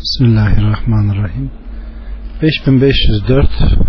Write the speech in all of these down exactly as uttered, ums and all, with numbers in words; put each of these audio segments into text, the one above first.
Bismillahirrahmanirrahim. beş bin beş yüz dört.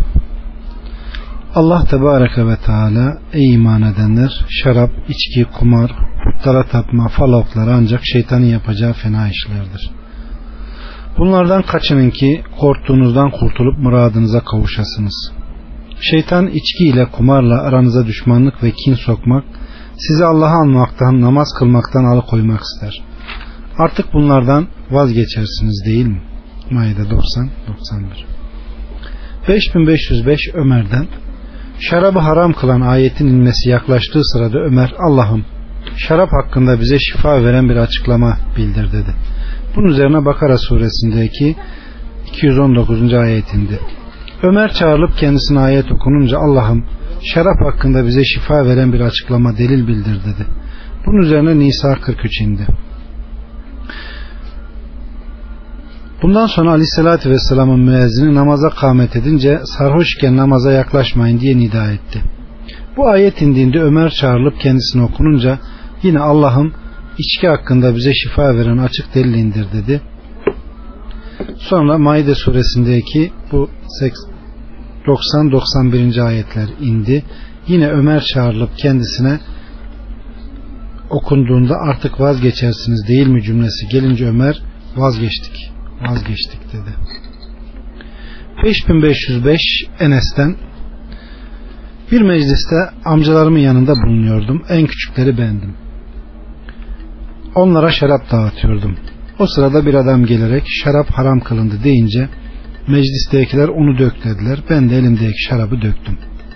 Allah Tebareke ve Teala: ey iman edenler, şarap, içki, kumar, putlara tapma, faloklar ancak şeytanın yapacağı fena işlerdir. Bunlardan kaçının ki korktuğunuzdan kurtulup muradınıza kavuşasınız. Şeytan içki ile kumarla aranıza düşmanlık ve kin sokmak, sizi Allah'a anmaktan, namaz kılmaktan alıkoymak ister. Artık bunlardan vazgeçersiniz değil mi? Maide doksan doksan bir. beş bin beş yüz beş Ömer'den: şarabı haram kılan ayetin inmesi yaklaştığı sırada Ömer, Allah'ım şarap hakkında bize şifa veren bir açıklama bildir dedi. Bunun üzerine Bakara suresindeki iki yüz on dokuzuncu ayet indi. Ömer çağrılıp kendisine ayet okununca, Allah'ım şarap hakkında bize şifa veren bir açıklama, delil bildir dedi. Bunun üzerine Nisa kırk üç indi. Bundan sonra Aleyhisselatü Vesselam'ın müezzini namaza kâmet edince sarhoşken namaza yaklaşmayın diye nida etti. Bu ayet indiğinde Ömer çağrılıp kendisine okununca yine Allah'ım içki hakkında bize şifa veren açık delil indir dedi. Sonra Maide suresindeki bu doksan doksan birinci ayetler indi. Yine Ömer çağrılıp kendisine okunduğunda artık vazgeçersiniz değil mi cümlesi gelince Ömer vazgeçtik vazgeçtik dedi. beş bin beş yüz beş Enes'ten: bir mecliste amcalarımın yanında bulunuyordum. En küçükleri bendim. Onlara şarap dağıtıyordum. O sırada bir adam gelerek şarap haram kılındı deyince meclistekiler onu dök dediler. Ben de elimdeki şarabı döktüm.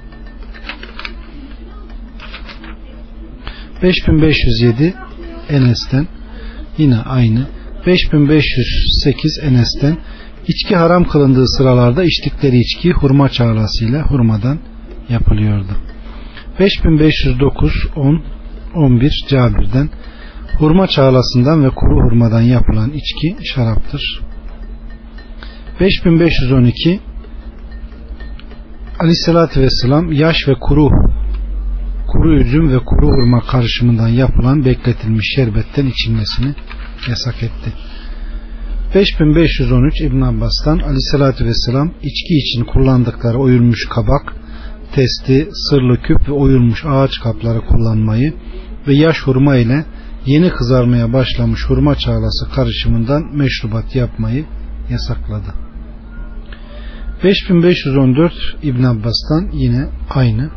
beş bin beş yüz yedi Enes'ten yine aynı. beş bin beş yüz sekiz Enes'ten: içki haram kılındığı sıralarda içtikleri içki hurma çağlasıyla hurmadan yapılıyordu. beş bin beş yüz dokuz on on bir Cabir'den: hurma çağlasından ve kuru hurmadan yapılan içki şaraptır. beş bin beş yüz on iki Aleyhisselatü Vesselam yaş ve kuru kuru üzüm ve kuru hurma karışımından yapılan bekletilmiş şerbetten içilmesini yasak etti. beş bin beş yüz on üç İbn Abbas'tan: Aleyhisselatü Vesselam içki için kullandıkları oyulmuş kabak, testi, sırlı küp ve oyulmuş ağaç kapları kullanmayı ve yaş hurma ile yeni kızarmaya başlamış hurma çağlası karışımından meşrubat yapmayı yasakladı. beş bin beş yüz on dört İbn Abbas'tan yine aynı.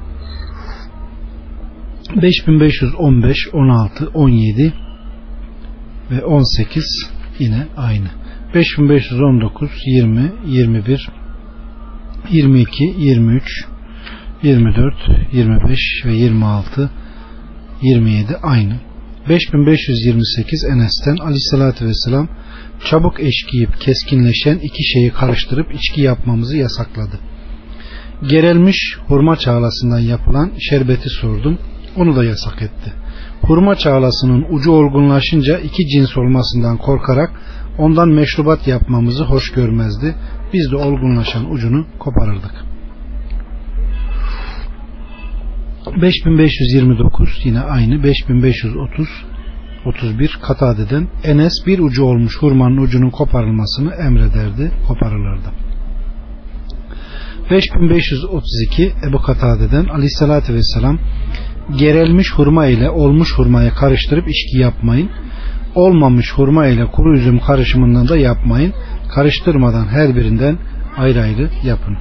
beş bin beş yüz on beş on altı on yedi ve on sekiz yine aynı. beş bin beş yüz on dokuz yirmi yirmi bir yirmi iki yirmi üç yirmi dört yirmi beş ve yirmi altı yirmi yedi aynı. beş bin beş yüz yirmi sekiz Enes'ten: Aleyhisselatü Vesselam çabuk eşkiyip keskinleşen iki şeyi karıştırıp içki yapmamızı yasakladı. Gerelmiş hurma çağlasından yapılan şerbeti sordum. Onu da yasak etti. Hurma çağlasının ucu olgunlaşınca iki cins olmasından korkarak ondan meşrubat yapmamızı hoş görmezdi. Biz de olgunlaşan ucunu koparırdık. beş bin beş yüz yirmi dokuz yine aynı. beş bin beş yüz otuz otuz bir Katade'den: Enes bir ucu olmuş hurmanın ucunun koparılmasını emrederdi, koparılırdı. beş bin beş yüz otuz iki Ebu Katade'den: Aleyhissalatü Vesselam gerelmiş hurma ile olmuş hurmayı karıştırıp içki yapmayın. Olmamış hurma ile kuru üzüm karışımından da yapmayın. Karıştırmadan her birinden ayrı ayrı yapın.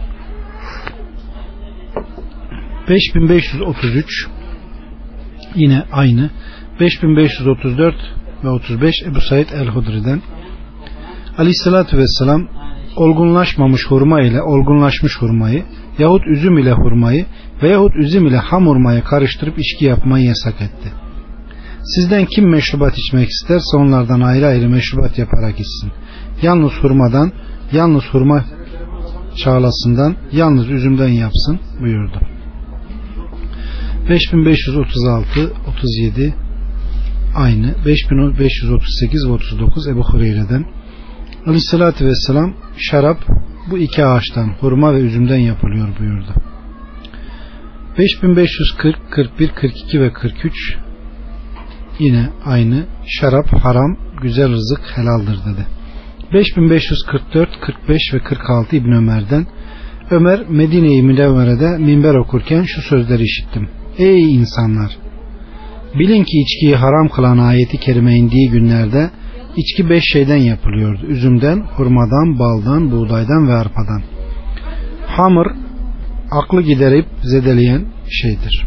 beş bin beş yüz otuz üç yine aynı. beş bin beş yüz otuz dört ve otuz beş Ebu Said el-Hudri'den: Aleyhissalatü Vesselam olgunlaşmamış hurma ile olgunlaşmış hurmayı yahut üzüm ile hurmayı veyahut üzüm ile ham hurmayı karıştırıp içki yapmayı yasak etti. Sizden kim meşrubat içmek isterse onlardan ayrı ayrı meşrubat yaparak içsin. Yalnız hurmadan, yalnız hurma çağlasından, yalnız üzümden yapsın buyurdu. beş bin beş yüz otuz altı otuz yedi aynı. beş bin beş yüz otuz sekiz ve otuz dokuz Ebu Hureyre'den: Aleyhissalatü Vesselam şarap bu iki ağaçtan, hurma ve üzümden yapılıyor buyurdu. beş bin beş yüz kırk kırk bir kırk iki ve kırk üç yine aynı. Şarap haram, güzel rızık helaldir dedi. beş bin beş yüz kırk dört, kırk beş ve kırk altı İbn Ömer'den, Ömer Medine-i Münevvere'de minber okurken şu sözleri işittim. Ey insanlar! Bilin ki içkiyi haram kılan ayeti kerime indiği günlerde içki beş şeyden yapılıyordu. Üzümden, hurmadan, baldan, buğdaydan ve arpadan. Hamır, aklı giderip zedeleyen şeydir.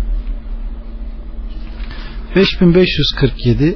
beş bin beş yüz kırk yedi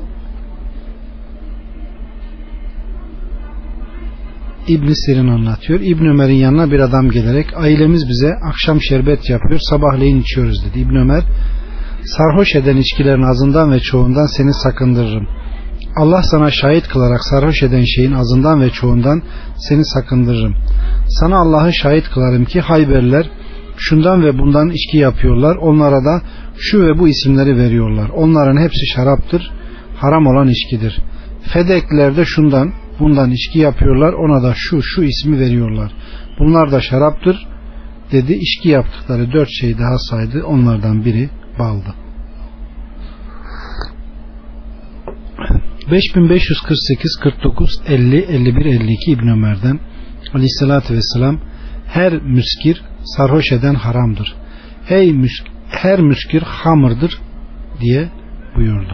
İbn Sirin anlatıyor. İbn Ömer'in yanına bir adam gelerek ailemiz bize akşam şerbet yapıyor, sabahleyin içiyoruz dedi. İbn Ömer, sarhoş eden içkilerin azından ve çoğundan seni sakındırırım. Allah sana şahit kılarak sarhoş eden şeyin azından ve çoğundan seni sakındırırım. Sana Allah'ı şahit kılarım ki Hayberliler şundan ve bundan içki yapıyorlar. Onlara da şu ve bu isimleri veriyorlar. Onların hepsi şaraptır. Haram olan içkidir. Fedekliler de şundan bundan içki yapıyorlar. Ona da şu şu ismi veriyorlar. Bunlar da şaraptır dedi. İçki yaptıkları dört şey daha saydı. Onlardan biri baldı. beş bin beş yüz kırk sekiz, kırk dokuz, elli, elli bir, elli iki İbn Ömer'den Aleyhisselatü Vesselam, her müskir sarhoş eden haramdır. Hey müsk her müskir hamırdır diye buyurdu.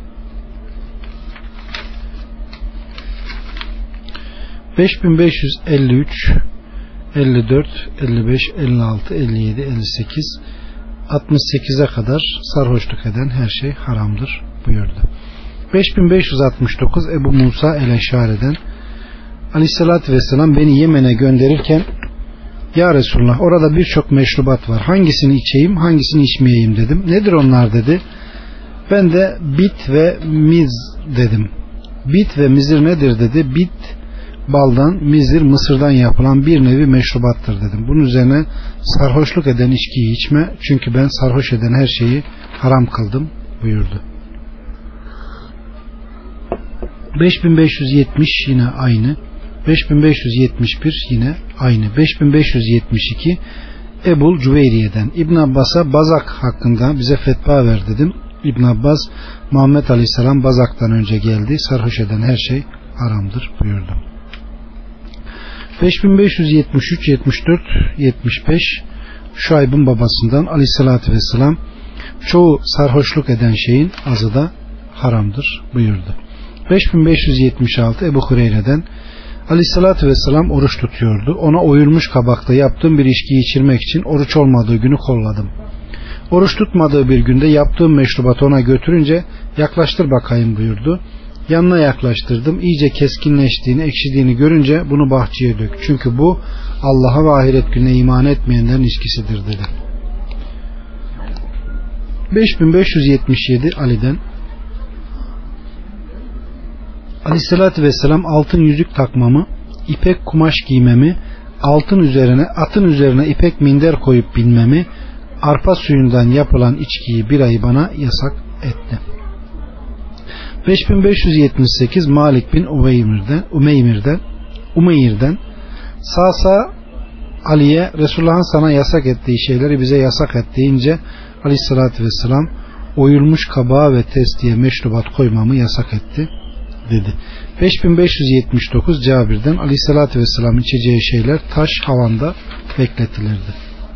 beş bin beş yüz elli üç, elli dört, elli beş, elli altı, elli yedi, elli sekiz, altmış sekize kadar sarhoşluk eden her şey haramdır buyurdu. beş bin beş yüz altmış dokuz Ebu Musa el-Eşari'den Aleyhisselatü Vesselam beni Yemen'e gönderirken ya Resulullah, orada birçok meşrubat var. Hangisini içeyim, hangisini içmeyeyim dedim. Nedir onlar dedi. Ben de bit ve miz dedim. Bit ve mizir nedir dedi. Bit baldan, mizir mısırdan yapılan bir nevi meşrubattır dedim. Bunun üzerine sarhoşluk eden içkiyi içme, çünkü ben sarhoş eden her şeyi haram kıldım buyurdu. beş bin beş yüz yetmiş yine aynı. beş bin beş yüz yetmiş bir yine aynı. beş bin beş yüz yetmiş iki Ebul Cüveyriye'den İbn Abbas'a bazak hakkında bize fetva ver dedim. İbn Abbas, Muhammed Aleyhisselam bazaktan önce geldi. Sarhoş eden her şey haramdır buyurdu. beş bin beş yüz yetmiş üç, yetmiş dört, yetmiş beş Şuayb'ın babasından Aleyhisselatü Vesselam, çoğu sarhoşluk eden şeyin azı da haramdır buyurdu. beş bin beş yüz yetmiş altı Ebu Hureyre'den Aleyhisselatü Vesselam oruç tutuyordu. Ona oyulmuş kabakta yaptığım bir içkiyi içirmek için oruç olmadığı günü kolladım. Oruç tutmadığı bir günde yaptığım meşrubatı ona götürünce yaklaştır bakayım buyurdu. Yanına yaklaştırdım. İyice keskinleştiğini, ekşidiğini görünce bunu bahçeye dök. Çünkü bu Allah'a ve ahiret gününe iman etmeyenlerin içkisidir dedi. beş bin beş yüz yetmiş yedi Ali'den Aleyhisselatü Vesselam altın yüzük takmamı, ipek kumaş giymemi, altın üzerine, atın üzerine ipek minder koyup binmemi, arpa suyundan yapılan içkiyi birayı bana yasak etti. beş bin beş yüz yetmiş sekiz Malik bin Umeymir'den Umeymir'den Umeyr'den Sasa Ali'ye Resulullah'ın sana yasak ettiği şeyleri bize yasak et deyince Aleyhisselatü Vesselam oyulmuş kabağa ve testiye meşrubat koymamı yasak etti dedi. beş bin beş yüz yetmiş dokuz Cabir'den Aleyhisselatü Vesselam içeceği şeyler taş havanda bekletilirdi.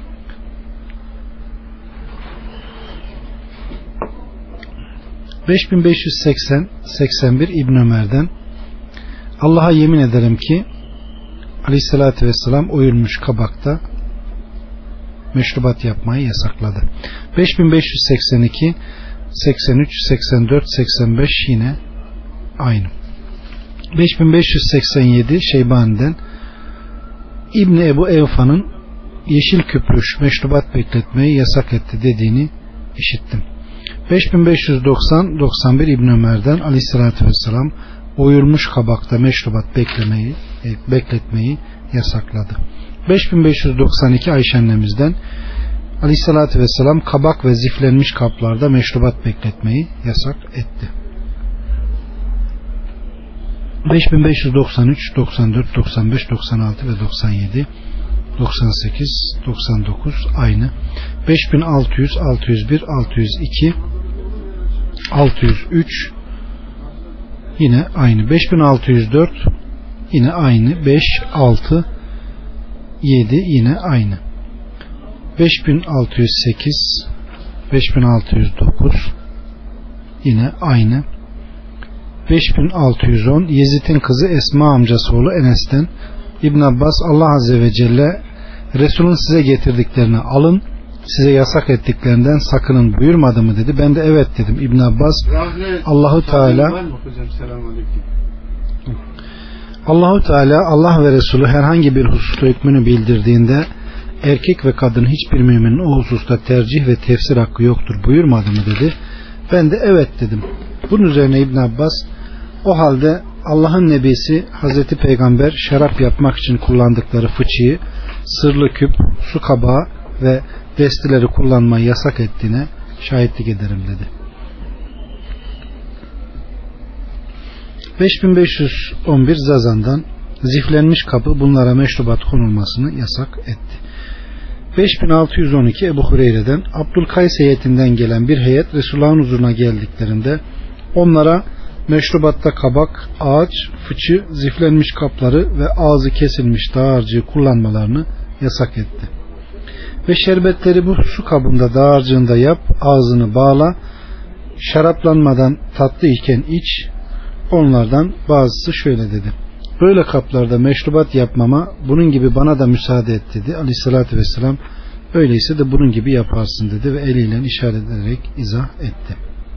beş bin beş yüz seksen seksen bir İbn Ömer'den Allah'a yemin ederim ki Aleyhisselatü Vesselam oyulmuş kabakta meşrubat yapmayı yasakladı. beş bin beş yüz seksen iki seksen üç seksen dört seksen beş yine aynı. beş bin beş yüz seksen yedi Şeybani'den İbni Ebu Evfa'nın yeşil küplüş meşrubat bekletmeyi yasak etti dediğini işittim. beş bin beş yüz doksan doksan bir İbn Ömer'den Aleyhisselatü Vesselam oyulmuş kabakta meşrubat beklemeyi, bekletmeyi yasakladı. beş bin beş yüz doksan iki Ayşe annemizden Aleyhisselatü Vesselam kabak ve ziflenmiş kaplarda meşrubat bekletmeyi yasak etti. beş bin beş yüz doksan üç doksan dört doksan beş doksan altı ve doksan yedi doksan sekiz doksan dokuz aynı. beş bin altı yüz altı yüz bir altı yüz iki altı yüz üç yine aynı. beş bin altı yüz dört yine aynı. beş, altı, yedi yine aynı. beş bin altı yüz sekiz, beş bin altı yüz dokuz yine aynı. beş bin altı yüz on Yezid'in kızı Esma amcası oğlu Enes'ten İbn Abbas, Allah Azze ve Celle Resul'ün size getirdiklerini alın, size yasak ettiklerinden sakının buyurmadı mı dedi. Ben de evet dedim. İbn Abbas, Allahu Teala Allahu Teala Allah ve Resulü herhangi bir hususta hükmünü bildirdiğinde erkek ve kadın hiçbir müminin o hususta tercih ve tefsir hakkı yoktur buyurmadı mı dedi. Ben de evet dedim. Bunun üzerine İbn Abbas, o halde Allah'ın Nebisi Hazreti Peygamber şarap yapmak için kullandıkları fıçıyı, sırlı küp, su kabağı ve destileri kullanmayı yasak ettiğine şahitlik ederim dedi. beş bin beş yüz on bir Zazan'dan ziflenmiş kapı bunlara meşrubat konulmasını yasak etti. beş bin altı yüz on iki Ebu Hureyre'den Abdülkays heyetinden gelen bir heyet Resulullah'ın huzuruna geldiklerinde onlara meşrubatta kabak, ağaç, fıçı, ziflenmiş kapları ve ağzı kesilmiş dağarcığı kullanmalarını yasak etti. Ve şerbetleri bu su kabında dağarcığında yap, ağzını bağla, şaraplanmadan tatlı iken iç. Onlardan bazısı şöyle dedi: böyle kaplarda meşrubat yapmama bunun gibi bana da müsaade et dedi. Aleyhissalatü vesselam, öyleyse de bunun gibi yaparsın dedi ve eliyle işaret ederek izah etti.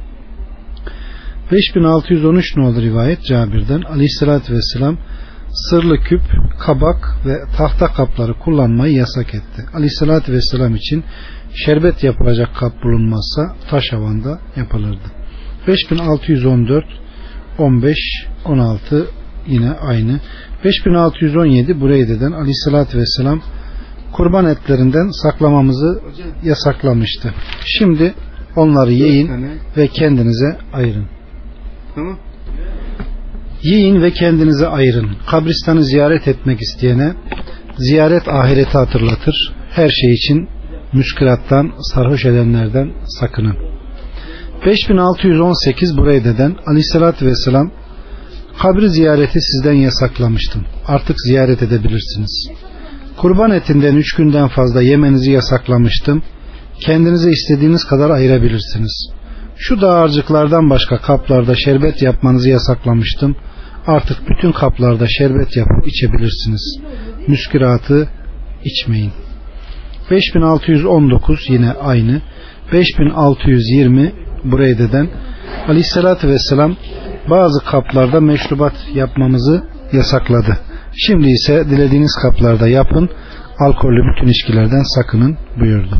beş bin altı yüz on üç nolu rivayet Cabir'den, Aleyhissalatü vesselam sırlı küp, kabak ve tahta kapları kullanmayı yasak etti. Aleyhissalatü vesselam için şerbet yapılacak kap bulunmazsa taş havanda yapılırdı. beş bin altı yüz on dört, on beş, on altı yine aynı. beş bin altı yüz on yedi Bureyde'den Aleyhissalatü vesselam kurban etlerinden saklamamızı yasaklamıştı. Şimdi onları yiyin ve kendinize ayırın. Tamam. Yiyin ve kendinize ayırın. Kabristanı ziyaret etmek isteyene ziyaret ahireti hatırlatır. Her şey için müskirattan, sarhoş edenlerden sakının. beş bin altı yüz on sekiz Bureyde'den Aleyhissalatü vesselam kabri ziyareti sizden yasaklamıştım. Artık ziyaret edebilirsiniz. Kurban etinden üç günden fazla yemenizi yasaklamıştım. Kendinize istediğiniz kadar ayırabilirsiniz. Şu dağarcıklardan başka kaplarda şerbet yapmanızı yasaklamıştım. Artık bütün kaplarda şerbet yapıp içebilirsiniz. Müskiratı içmeyin. beş bin altı yüz on dokuz yine aynı. beş bin altı yüz yirmi Bureyde'den Aleyhissalatü vesselam bazı kaplarda meşrubat yapmamızı yasakladı. Şimdi ise dilediğiniz kaplarda yapın, alkollü bütün içkilerden sakının buyurdu.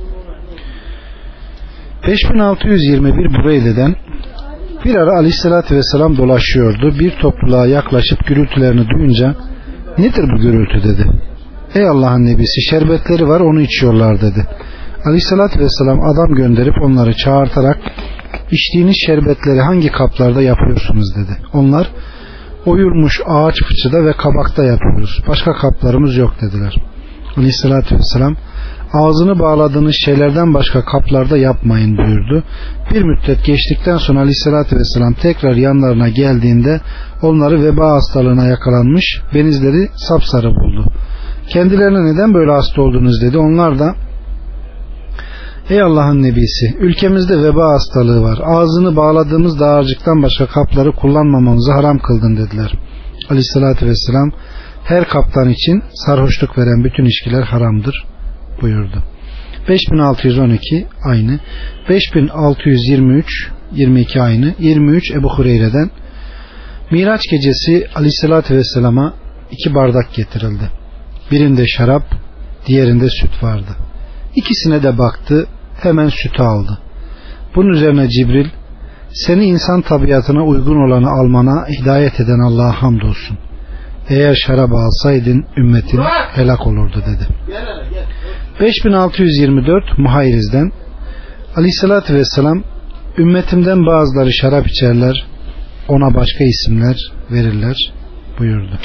beş bin altı yüz yirmi bir Bureyde'den bir ara Aleyhissalatü vesselam dolaşıyordu. Bir topluluğa yaklaşıp gürültülerini duyunca nedir bu gürültü dedi. Ey Allah'ın nebisi, şerbetleri var, onu içiyorlar dedi. Aleyhissalatü vesselam adam gönderip onları çağırtarak içtiğiniz şerbetleri hangi kaplarda yapıyorsunuz dedi. Onlar oyulmuş ağaç fıçıda ve kabakta yapıyoruz. Başka kaplarımız yok dediler. Aleyhissalatü vesselam ağzını bağladığınız şeylerden başka kaplarda yapmayın buyurdu. Bir müddet geçtikten sonra Aleyhissalatü vesselam tekrar yanlarına geldiğinde onları veba hastalığına yakalanmış, benizleri sapsarı buldu. Kendilerine neden böyle hasta oldunuz dedi. Onlar da ey Allah'ın nebisi, ülkemizde veba hastalığı var. Ağzını bağladığımız dağarcıktan başka kapları kullanmamamızı haram kıldın dediler. Aleyhissalatü vesselam her kaptan için sarhoşluk veren bütün içkiler haramdır buyurdu. beş bin altı yüz on iki aynı. beş bin altı yüz yirmi üç yirmi iki aynı. yirmi üç Ebu Hureyre'den Miraç gecesi Aleyhissalatü vesselama iki bardak getirildi. Birinde şarap, diğerinde süt vardı. İkisine de baktı, hemen sütü aldı. Bunun üzerine Cibril, seni insan tabiatına uygun olanı almana hidayet eden Allah'a hamdolsun. Eğer şarabı alsaydın ümmetin helak olurdu dedi. beş bin altı yüz yirmi dört Muhayriz'den Aleyhissalatü vesselam ümmetimden bazıları şarap içerler, ona başka isimler verirler buyurdu.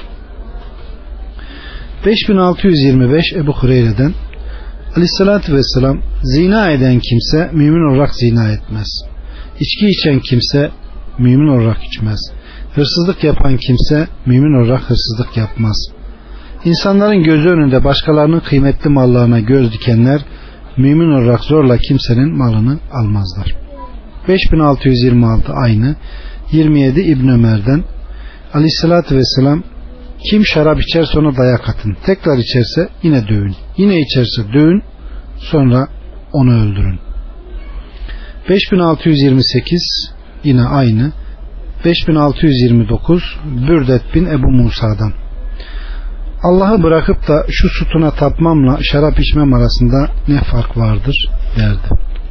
beş bin altı yüz yirmi beş Ebu Hureyre'den Aleyhissalatü vesselam zina eden kimse mümin olarak zina etmez. İçki içen kimse mümin olarak içmez. Hırsızlık yapan kimse mümin olarak hırsızlık yapmaz. İnsanların gözü önünde başkalarının kıymetli mallarına göz dikenler mümin olarak zorla kimsenin malını almazlar. beş bin altı yüz yirmi altı aynı. yirmi yedi İbn Ömer'den Aleyhisselatü Vesselam, kim şarap içerse ona dayak atın. Tekrar içerse yine dövün. Yine içerse dövün. Sonra onu öldürün. beş bin altı yüz yirmi sekiz yine aynı. beş bin altı yüz yirmi dokuz Bürdet bin Ebu Musa'dan, Allah'ı bırakıp da şu sütuna tapmamla şarap içmem arasında ne fark vardır derdi.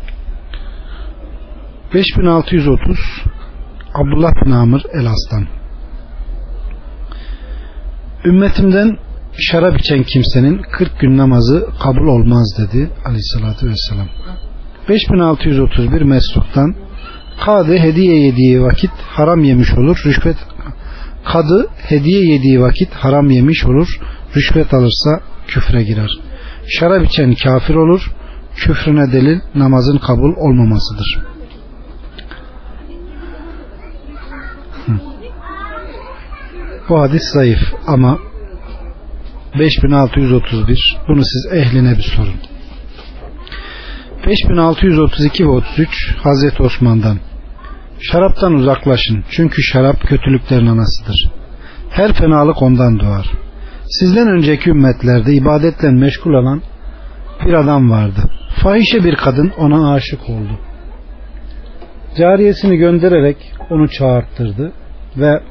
beş bin altı yüz otuz Abdullah bin Amr el-As'tan, ümmetimden şarap içen kimsenin kırk gün namazı kabul olmaz dedi Aleyhisselatü Vesselam. beş bin altı yüz otuz bir Mesruk'tan, kadı hediye yediği vakit haram yemiş olur, rüşvet kadı hediye yediği vakit haram yemiş olur, rüşvet alırsa küfre girer. Şarap içen kafir olur, küfrüne delil namazın kabul olmamasıdır. Hı. Bu hadis zayıf ama beş bin altı yüz otuz bir, bunu siz ehline bir sorun. beş bin altı yüz otuz iki ve otuz üç Hazreti Osman'dan, şaraptan uzaklaşın çünkü şarap kötülüklerin anasıdır. Her fenalık ondan doğar. Sizden önceki ümmetlerde ibadetle meşgul olan bir adam vardı. Fahişe bir kadın ona aşık oldu. Cariyesini göndererek onu çağırttırdı ve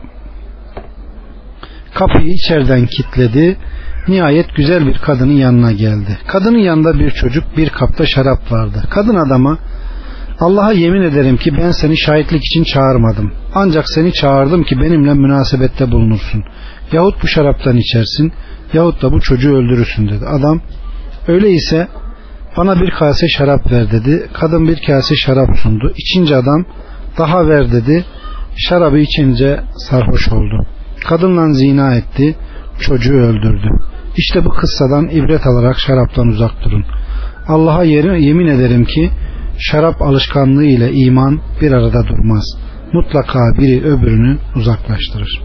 kapıyı içeriden kilitledi. Nihayet güzel bir kadının yanına geldi. Kadının yanında bir çocuk, bir kapta şarap vardı. Kadın adama, Allah'a yemin ederim ki ben seni şahitlik için çağırmadım. Ancak seni çağırdım ki benimle münasebette bulunursun. Yahut bu şaraptan içersin, yahut da bu çocuğu öldürürsün dedi. Adam, öyleyse bana bir kase şarap ver dedi. Kadın bir kase şarap sundu. İçince adam, daha ver dedi. Şarabı içince sarhoş oldu. Kadınla zina etti, çocuğu öldürdü. İşte bu kıssadan ibret alarak şaraptan uzak durun. Allah'a yemin ederim ki şarap alışkanlığı ile iman bir arada durmaz. Mutlaka biri öbürünü uzaklaştırır.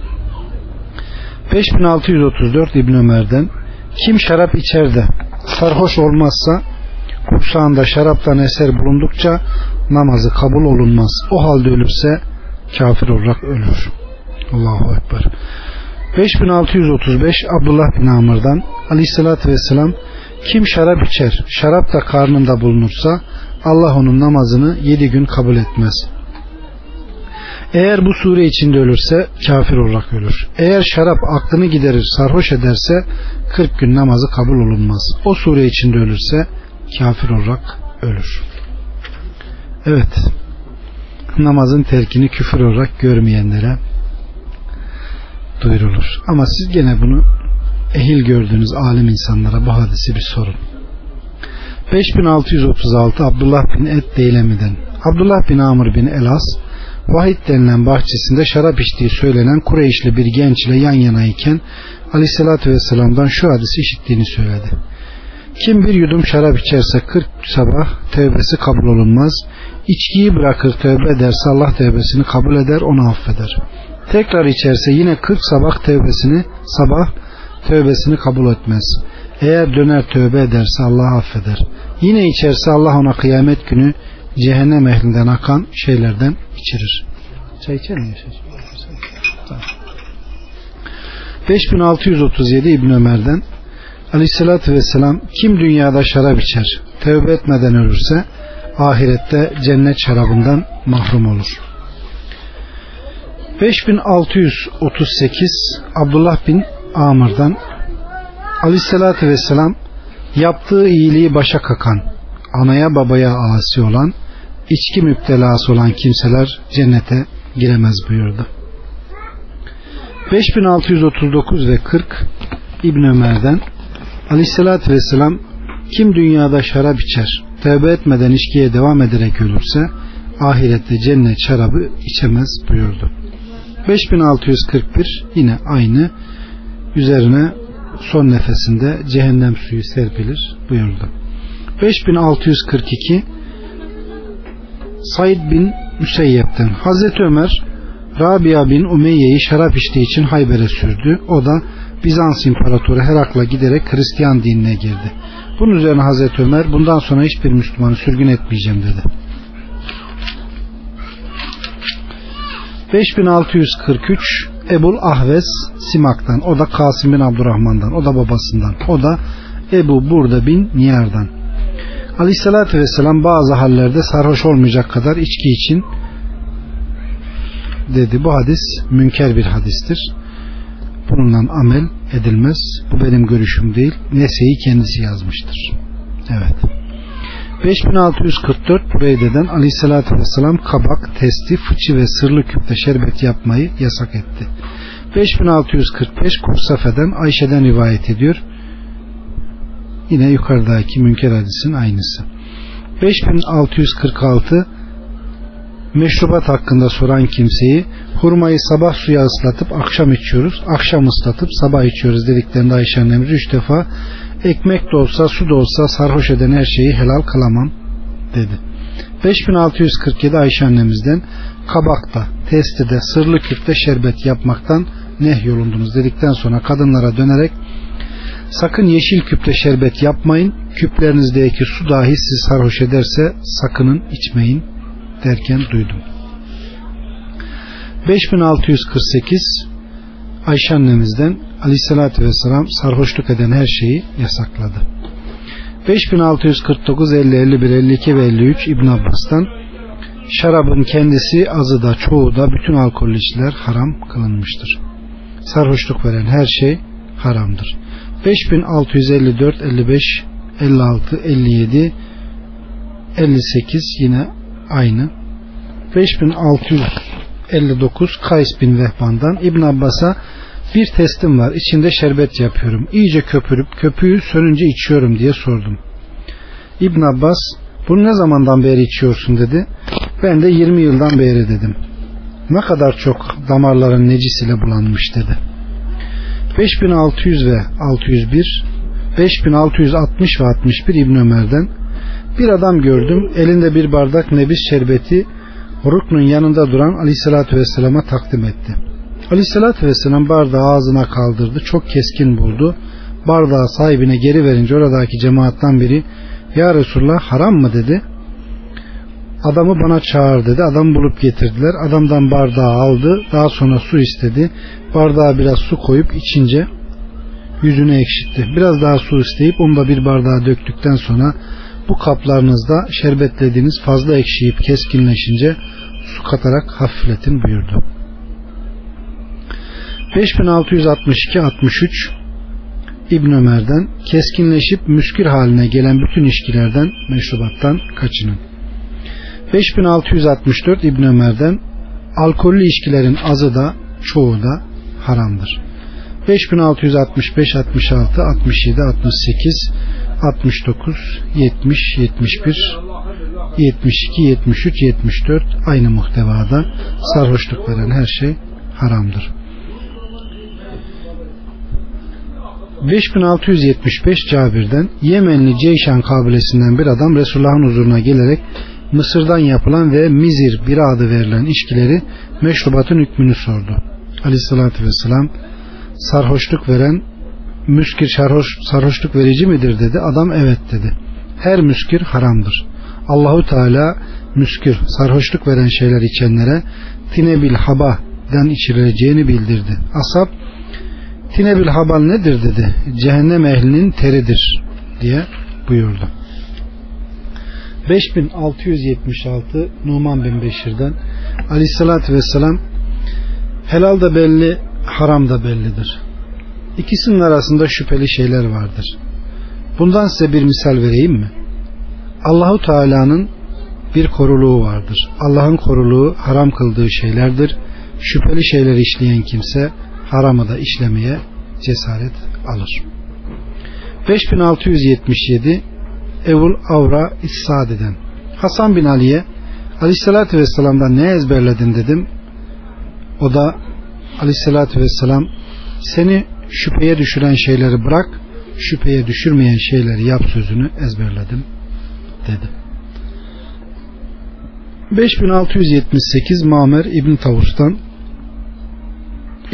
beş bin altı yüz otuz dört İbn Ömer'den, kim şarap içer de sarhoş olmazsa kursağında şaraptan eser bulundukça namazı kabul olunmaz. O halde ölürse kafir olarak ölür. Allahu Ekber. beş bin altı yüz otuz beş Abdullah bin Amr'dan, Aleyhisselatü Vesselam, kim şarap içer, şarap da karnında bulunursa Allah onun namazını yedi gün kabul etmez. Eğer bu sure içinde ölürse kafir olarak ölür. Eğer şarap aklını giderir, sarhoş ederse kırk gün namazı kabul olunmaz. O sure içinde ölürse kafir olarak ölür. Evet, namazın terkini küfür olarak görmeyenlere duyurulur. Ama siz gene bunu ehil gördüğünüz alim insanlara bu hadisi bir sorun. beş bin altı yüz otuz altı Abdullah bin Et Deylemi'den, Abdullah bin Amr bin El-As Vahid denilen bahçesinde şarap içtiği söylenen Kureyşli bir genç ile yan yanayken Aleyhisselatü Vesselam'dan şu hadisi işittiğini söyledi. Kim bir yudum şarap içerse kırk sabah tövbesi kabul olunmaz. İçkiyi bırakır tövbe ederse Allah tövbesini kabul eder, onu affeder. Tekrar içerse yine kırk sabah tövbesini sabah tövbesini kabul etmez. Eğer döner tövbe ederse Allah affeder. Yine içerse Allah ona kıyamet günü cehennem ehlinden akan şeylerden içirir. Çay içer mi? beş bin altı yüz otuz yedi İbn Ömer'den, Aleyhisselatü Vesselam, kim dünyada şarap içer, tövbe etmeden ölürse ahirette cennet şarabından mahrum olur. beş bin altı yüz otuz sekiz Abdullah bin Amr'dan, Aleyhisselatü Vesselam, yaptığı iyiliği başa kakan, anaya babaya asi olan, içki müptelası olan kimseler cennete giremez buyurdu. beş bin altı yüz otuz dokuz ve kırk İbn Ömer'den, Aleyhisselatü Vesselam, kim dünyada şarap içer, tövbe etmeden içkiye devam ederek ölürse ahirette cennet şarabı içemez buyurdu. beş bin altı yüz kırk bir yine aynı, üzerine son nefesinde cehennem suyu serpilir buyurdu. beş bin altı yüz kırk iki Said bin Müseyyep'ten, Hazreti Ömer Rabia bin Umeyye'yi şarap içtiği için Hayber'e sürdü. O da Bizans İmparatoru Herakla giderek Hristiyan dinine girdi. Bunun üzerine Hazreti Ömer bundan sonra hiçbir Müslümanı sürgün etmeyeceğim dedi. beş bin altı yüz kırk üç Ebul Ahves Simak'tan, o da Kasım bin Abdurrahman'dan, o da babasından, o da Ebu Burda bin Niyar'dan. Aleyhissalatü vesselam bazı hallerde sarhoş olmayacak kadar içki için dedi. Bu hadis münker bir hadistir. Bununla amel edilmez. Bu benim görüşüm değil. Nese'yi kendisi yazmıştır. Evet. beş bin altı yüz kırk dört Bureyde'den Aleyhissalatü vesselam kabak, testi, fıçı ve sırlı küpte şerbet yapmayı yasak etti. beş bin altı yüz kırk beş Kursafe'den Ayşe'den rivayet ediyor. Yine yukarıdaki münker hadisin aynısı. beş bin altı yüz kırk altı Meşrubat hakkında soran kimseyi hurmayı sabah suya ıslatıp akşam içiyoruz, akşam ıslatıp sabah içiyoruz dediklerinde Ayşe annemiz üç defa ekmek de olsa su da olsa sarhoş eden her şeyi helal kılamam dedi. beş bin altı yüz kırk yedi Ayşe annemizden kabakta, testide, sırlı küpte şerbet yapmaktan nehyolundunuz dedikten sonra kadınlara dönerek sakın yeşil küpte şerbet yapmayın, küplerinizdeki su dahi sizi sarhoş ederse sakının içmeyin derken duydum. beş bin altı yüz kırk sekiz Ayşe annemizden Aleyhisselatü Vesselam sarhoşluk eden her şeyi yasakladı. beş bin altı yüz kırk dokuz elli elli bir elli iki ve elli üç İbn Abbas'tan şarabın kendisi, azı da çoğu da bütün alkollü içkiler haram kılınmıştır. Sarhoşluk veren her şey haramdır. beş bin altı yüz elli dört elli beş elli altı elli yedi elli sekiz yine aynı. beş bin altı yüz elli dokuz Kays bin Vehban'dan İbn Abbas'a bir testim var, içinde şerbet yapıyorum, iyice köpürüp köpüğü sönünce içiyorum diye sordum. İbn Abbas bunu ne zamandan beri içiyorsun dedi. Ben de yirmi yıldan beri dedim. Ne kadar çok damarların necis ile bulanmış dedi. beş bin altı yüz ve altı yüz bir beş bin altı yüz altmış ve altmış bir İbn Ömer'den bir adam gördüm, elinde bir bardak nebis şerbeti Ruknun yanında duran Aleyhisselatü Vesselam'a takdim etti. Aleyhisselatü Vesselam bardağı ağzına kaldırdı, çok keskin buldu. Bardağı sahibine geri verince oradaki cemaattan biri ya Resulullah haram mı dedi. Adamı bana çağır dedi. Adam bulup getirdiler. Adamdan bardağı aldı. Daha sonra su istedi. Bardağa biraz su koyup içince yüzünü ekşitti. Biraz daha su isteyip onu da bir bardağa döktükten sonra bu kaplarınızda şerbetlediğiniz fazla ekşiyip keskinleşince su katarak hafifletin buyurdu. beş bin altı yüz altmış iki altmış üç İbn Ömer'den keskinleşip müskir haline gelen bütün içkilerden, meşrubattan kaçının. beş bin altı yüz altmış dört İbn Ömer'den alkollü içkilerin azı da çoğu da haramdır. beş bin altı yüz altmış beş altmış altı altmış yedi altmış sekiz altmış dokuz yetmiş yetmiş bir yetmiş iki yetmiş üç yetmiş dört aynı muhtevada sarhoşluk veren her şey haramdır. beş bin altı yüz yetmiş beş Cabir'den Yemenli Ceyşan kabilesinden bir adam Resulullah'ın huzuruna gelerek Mısır'dan yapılan ve mizir bir adı verilen içkileri meşrubatın hükmünü sordu. Aleyhissalatü vesselam sarhoşluk veren müskir sarhoş, sarhoşluk verici midir dedi. Adam evet dedi. Her müskir haramdır. Allahu Teala müskir sarhoşluk veren şeyler içenlere tinebil habadan içirileceğini bildirdi. Ashab tinebil habal nedir dedi. Cehennem ehlinin teridir diye buyurdu. beş bin altı yüz yetmiş altı Numan bin Beşir'den Aleyhissalatü vesselam helal da belli, haram da bellidir. İkisinin arasında şüpheli şeyler vardır. Bundan size bir misal vereyim mi? Allahu Teala'nın bir koruluğu vardır. Allah'ın koruluğu haram kıldığı şeylerdir. Şüpheli şeyler işleyen kimse haramı da işlemeye cesaret alır. beş bin altı yüz yetmiş yedi Evul Avra İssade'den Hasan bin Ali'ye Aleyhisselatü Vesselam'dan ne ezberledin dedim. O da Aleyhisselatü Vesselam seni şüpheye düşüren şeyleri bırak, şüpheye düşürmeyen şeyleri yap sözünü ezberledim dedi. beş bin altı yüz yetmiş sekiz Mamer İbn Tavus'tan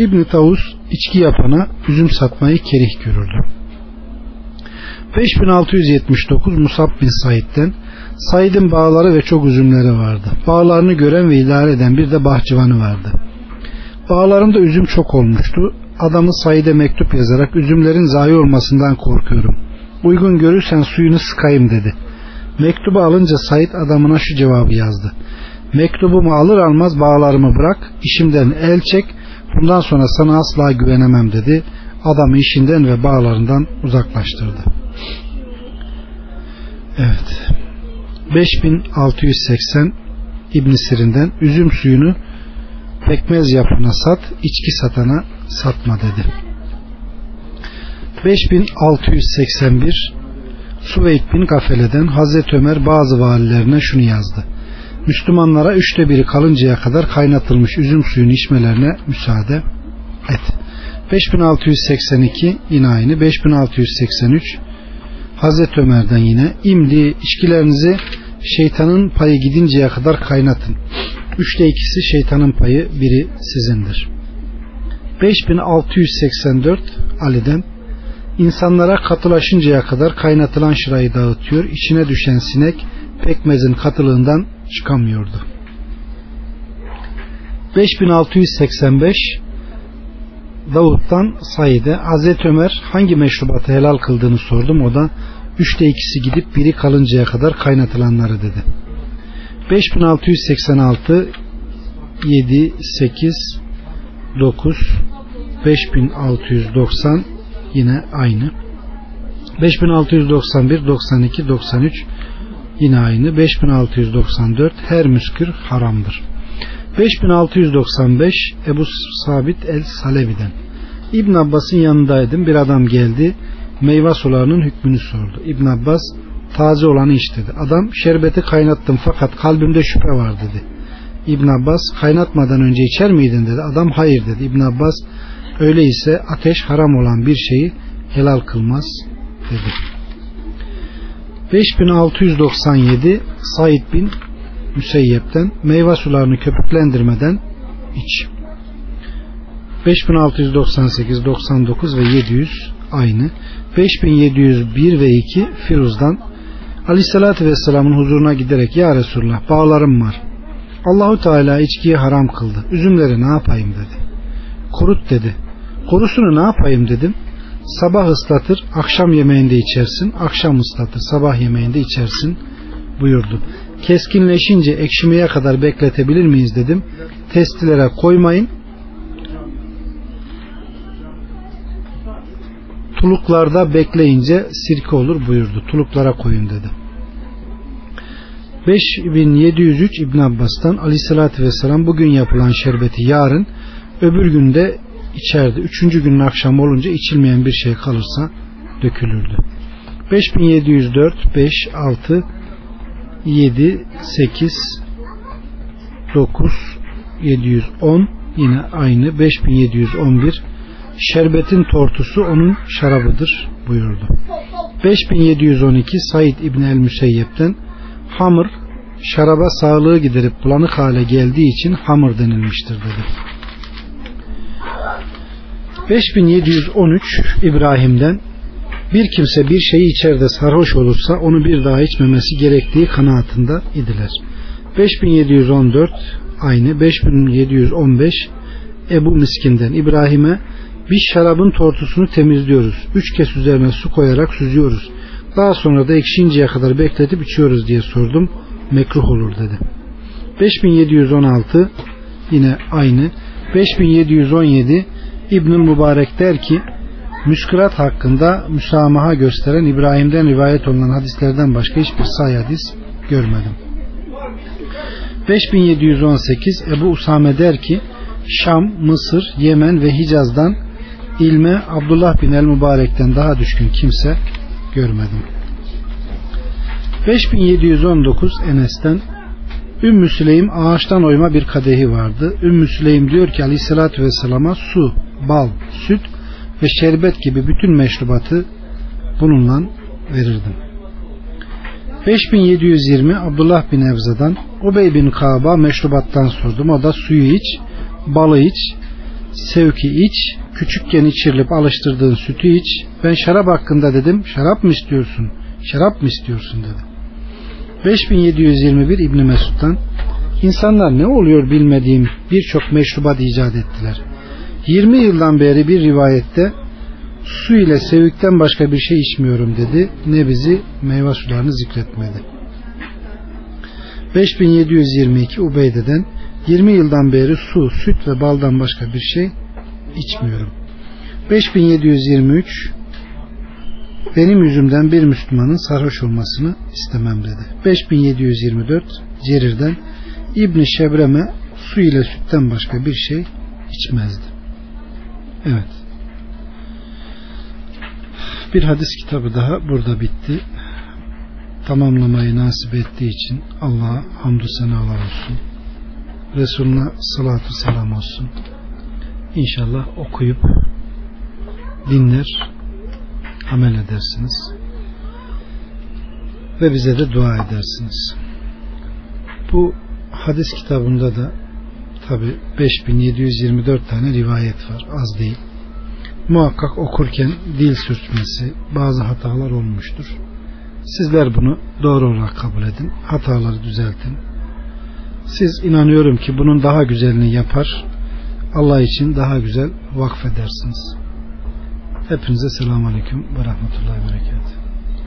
İbn Tavus içki yapana üzüm satmayı kerih görürdü. beş bin altı yüz yetmiş dokuz Musab bin Said'den, Said'in bağları ve çok üzümleri vardı. Bağlarını gören ve idare eden bir de bahçıvanı vardı. Bağlarında üzüm çok olmuştu. Adamı Said'e mektup yazarak üzümlerin zayi olmasından korkuyorum. Uygun görürsen suyunu sıkayım dedi. Mektubu alınca Said adamına şu cevabı yazdı. Mektubumu alır almaz bağlarımı bırak, işimden el çek, bundan sonra sana asla güvenemem dedi. Adamı işinden ve bağlarından uzaklaştırdı. Evet. beş bin altı yüz seksen İbn Sirin'den, üzüm suyunu pekmez yapana sat, içki satana satma dedi. beş bin altı yüz seksen bir Süveyd bin Gafele'den, Hazreti Ömer bazı valilerine şunu yazdı. Müslümanlara üçte biri kalıncaya kadar kaynatılmış üzüm suyunu içmelerine müsaade et. beş bin altı yüz seksen iki yine aynı. beş bin altı yüz seksen üç Hazreti Ömer'den yine, imdi içkilerinizi şeytanın payı gidinceye kadar kaynatın. Üçte ikisi şeytanın payı, biri sizindir. beş bin altı yüz seksen dört Ali'den, insanlara katılaşıncaya kadar kaynatılan şırayı dağıtıyor, içine düşen sinek pekmezin katılığından çıkamıyordu. beş bin altı yüz seksen beş Davut'tan Said'e, Hazreti Ömer hangi meşrubatı helal kıldığını sordum. O da üçte ikisi gidip biri kalıncaya kadar kaynatılanları dedi. beş bin altı yüz seksen altı yedi, sekiz, dokuz beş bin altı yüz doksan yine aynı. beş bin altı yüz doksan bir, doksan iki, doksan üç yine aynı. beş bin altı yüz doksan dört her müskür haramdır. beş bin altı yüz doksan beş Ebu Sabit el-Salebi'den, İbn Abbas'ın yanındaydım, bir adam geldi, meyve sularının hükmünü sordu. İbn Abbas, taze olanı iç dedi. Adam, şerbeti kaynattım fakat kalbimde şüphe var dedi. İbn Abbas, kaynatmadan önce içer miydin dedi. Adam, hayır dedi. İbn Abbas, öyleyse ateş haram olan bir şeyi helal kılmaz dedi. beş bin altı yüz doksan yedi Said bin Müseyyep'ten, meyve sularını köpüklendirmeden iç. beş bin altı yüz doksan sekiz, doksan dokuz ve yedi yüz aynı. beş bin yedi yüz bir ve iki Firuz'dan, Aleyhisselatü Vesselam'ın huzuruna giderek, ya Resulullah, bağlarım var. Allahu Teala içkiyi haram kıldı. Üzümleri ne yapayım dedi. Kurut dedi. Kurusunu ne yapayım dedim. Sabah ıslatır, akşam yemeğinde içersin. Akşam ıslatır, sabah yemeğinde içersin buyurdu. Keskinleşince ekşimeye kadar bekletebilir miyiz dedim. Testilere koymayın. Tuluklarda bekleyince sirke olur buyurdu. Tuluklara koyun dedi. beş bin yedi yüz üç İbn Abbas'tan, Aleyhisselatü Vesselam bugün yapılan şerbeti yarın, öbür günde içerdi. Üçüncü günün akşamı olunca içilmeyen bir şey kalırsa dökülürdü. beş bin yedi yüz dört, beş, altı, yedi, sekiz, dokuz, yedi yüz on yine aynı. beş bin yedi yüz on bir şerbetin tortusu onun şarabıdır buyurdu. beş bin yedi yüz on iki Said İbni el-Müseyyep'ten, hamur şaraba sağlığı giderip bulanık hale geldiği için hamur denilmiştir dedi. beş bin yedi yüz on üç İbrahim'den, bir kimse bir şeyi içer de sarhoş olursa onu bir daha içmemesi gerektiği kanaatinde idiler. beş bin yedi yüz on dört aynı. beş bin yedi yüz on beş Ebu Miskin'den, İbrahim'e, biz şarabın tortusunu temizliyoruz. Üç kez üzerine su koyarak süzüyoruz. Daha sonra da ekşinceye kadar bekletip içiyoruz diye sordum. Mekruh olur dedi. beş bin yedi yüz on altı yine aynı. beş bin yedi yüz on yedi İbnül Mübarek der ki, müskürat hakkında müsamaha gösteren İbrahim'den rivayet olunan hadislerden başka hiçbir sahih hadis görmedim. beş bin yedi yüz on sekiz Ebu Usame der ki, Şam, Mısır, Yemen ve Hicaz'dan ilme Abdullah bin el-Mübarek'ten daha düşkün kimse görmedim. beş bin yedi yüz on dokuz Enes'ten, Ümmü Süleym ağaçtan oyma bir kadehi vardı. Ümmü Süleym diyor ki, Aleyhisselatü Vesselam'a su, bal, süt ve şerbet gibi bütün meşrubatı bununla verirdim. beş bin yedi yüz yirmi Abdullah bin Evza'dan, Ubey bin Kaab'a meşrubattan sordum. O da suyu iç, balı iç, sevki iç, küçükken içirilip alıştırdığın sütü iç. Ben şarap hakkında dedim, şarap mı istiyorsun, şarap mı istiyorsun dedi. beş bin yedi yüz yirmi bir İbn Mesud'dan, insanlar ne oluyor bilmediğim birçok meşrubat icat ettiler. yirmi yıldan beri bir rivayette su ile sevkten başka bir şey içmiyorum dedi. Ne bizi meyve sularını zikretmedi. beş bin yedi yüz yirmi iki Ubeyde'den, yirmi yıldan beri su, süt ve baldan başka bir şey içmiyorum. beş bin yedi yüz yirmi üç benim yüzümden bir Müslümanın sarhoş olmasını istemem dedi. beş bin yedi yüz yirmi dört Cerir'den, İbn Şebreme su ile sütten başka bir şey içmezdi. Evet. Bir hadis kitabı daha burada bitti. Tamamlamayı nasip ettiği için Allah'a hamdü senalar olsun. Resulüne salatu selam olsun. İnşallah okuyup dinler, amel edersiniz ve bize de dua edersiniz. Bu hadis kitabında da tabi beş bin yedi yüz yirmi dört tane rivayet var, az değil. Muhakkak okurken dil sürçmesi, bazı hatalar olmuştur. Sizler bunu doğru olarak kabul edin, hataları düzeltin. Siz inanıyorum ki bunun daha güzelini yapar, Allah için daha güzel vakfedersiniz. Hepinize selamun aleyküm ve rahmetullahi ve berekatuhu.